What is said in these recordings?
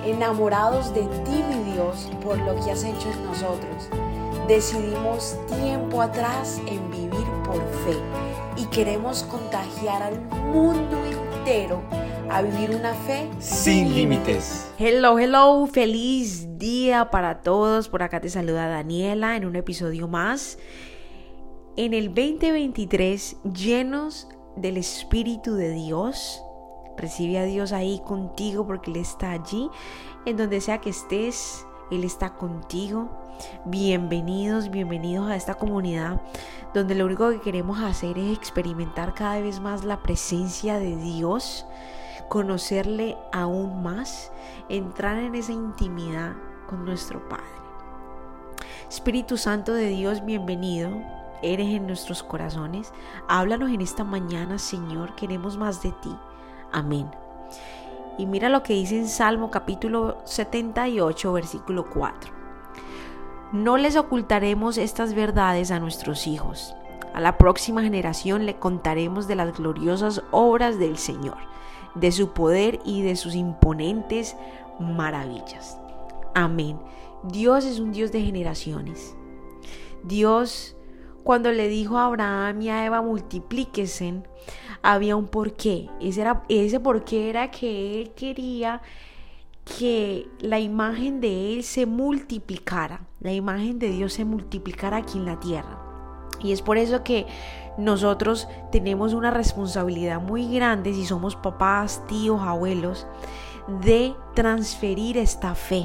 enamorados de ti, mi Dios, por lo que has hecho en nosotros. Decidimos tiempo atrás en vivir por fe y queremos contagiar al mundo entero a vivir una fe sin límites. Hello, feliz día para todos. Por acá te saluda Daniela en un episodio más. En el 2023, llenos del Espíritu de Dios, recibe a Dios ahí contigo porque Él está allí. En donde sea que estés, Él está contigo. Bienvenidos a esta comunidad donde lo único que queremos hacer es experimentar cada vez más la presencia de Dios, conocerle aún más, entrar en esa intimidad con nuestro Padre. Espíritu Santo de Dios, bienvenido. Eres en nuestros corazones. Háblanos en esta mañana, Señor. Queremos más de ti. Amén. Y mira lo que dice en Salmo capítulo 78, versículo 4. No les ocultaremos estas verdades a nuestros hijos. A la próxima generación le contaremos de las gloriosas obras del Señor, de su poder y de sus imponentes maravillas. Amén. Dios es un Dios de generaciones. Dios, cuando le dijo a Abraham y a Eva multiplíquense, había un porqué. Ese porqué era que Él quería que la imagen de Él se multiplicara, la imagen de Dios se multiplicara aquí en la tierra. Y es por eso que nosotros tenemos una responsabilidad muy grande, si somos papás, tíos, abuelos, de transferir esta fe.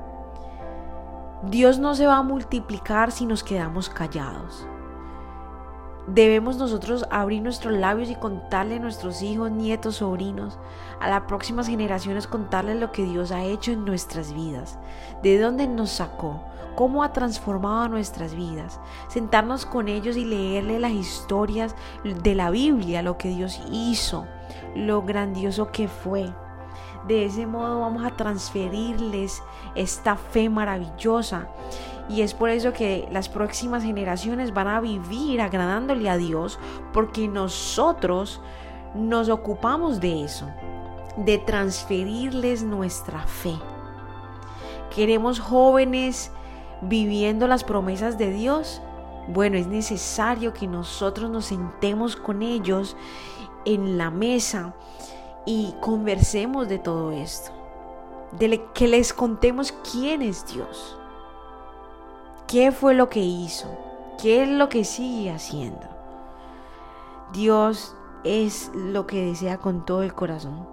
Dios no se va a multiplicar si nos quedamos callados. Debemos nosotros abrir nuestros labios y contarle a nuestros hijos, nietos, sobrinos, a las próximas generaciones, contarles lo que Dios ha hecho en nuestras vidas, de dónde nos sacó, cómo ha transformado nuestras vidas, sentarnos con ellos y leerle las historias de la Biblia, lo que Dios hizo, lo grandioso que fue. De ese modo vamos a transferirles esta fe maravillosa. Y es por eso que las próximas generaciones van a vivir agradándole a Dios, porque nosotros nos ocupamos de eso, de transferirles nuestra fe. ¿Queremos jóvenes viviendo las promesas de Dios? Bueno, es necesario que nosotros nos sentemos con ellos en la mesa y conversemos de todo esto, que les contemos quién es Dios. ¿Qué fue lo que hizo? ¿Qué es lo que sigue haciendo? Dios es lo que desea con todo el corazón.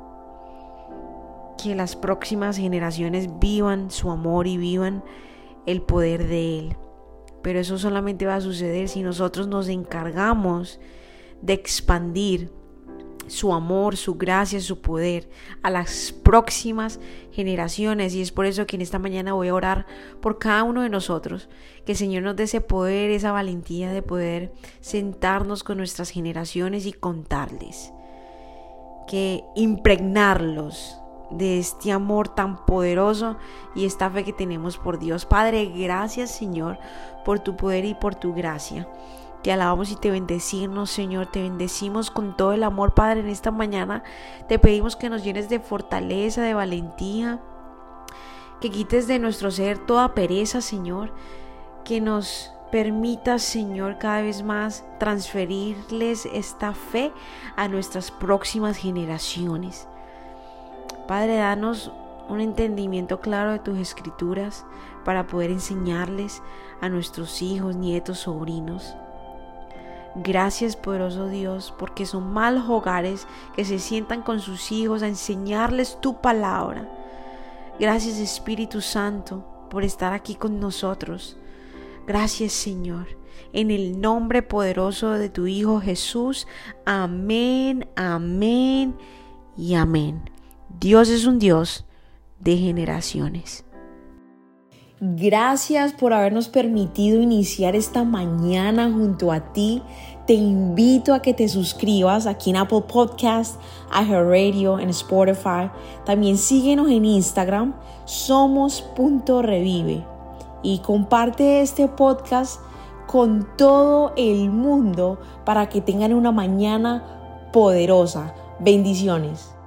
Que las próximas generaciones vivan su amor y vivan el poder de Él. Pero eso solamente va a suceder si nosotros nos encargamos de expandir su amor, su gracia, su poder a las próximas generaciones. Y es por eso que en esta mañana voy a orar por cada uno de nosotros, que el Señor nos dé ese poder, esa valentía de poder sentarnos con nuestras generaciones y contarles, que impregnarlos de este amor tan poderoso y esta fe que tenemos por Dios. Padre, gracias, Señor, por tu poder y por tu gracia. Te alabamos y te bendecimos, Señor, te bendecimos con todo el amor, Padre, en esta mañana. Te pedimos que nos llenes de fortaleza, de valentía, que quites de nuestro ser toda pereza, Señor, que nos permitas, Señor, cada vez más transferirles esta fe a nuestras próximas generaciones. Padre, danos un entendimiento claro de tus escrituras para poder enseñarles a nuestros hijos, nietos, sobrinos. Gracias, poderoso Dios, porque son malos hogares que se sientan con sus hijos a enseñarles tu palabra. Gracias, Espíritu Santo, por estar aquí con nosotros. Gracias, Señor, en el nombre poderoso de tu Hijo Jesús. Amén, amén y amén. Dios es un Dios de generaciones. Gracias por habernos permitido iniciar esta mañana junto a ti. Te invito a que te suscribas aquí en Apple Podcast, iHeartRadio, en Spotify. También síguenos en Instagram, somos.revive. Y comparte este podcast con todo el mundo para que tengan una mañana poderosa. Bendiciones.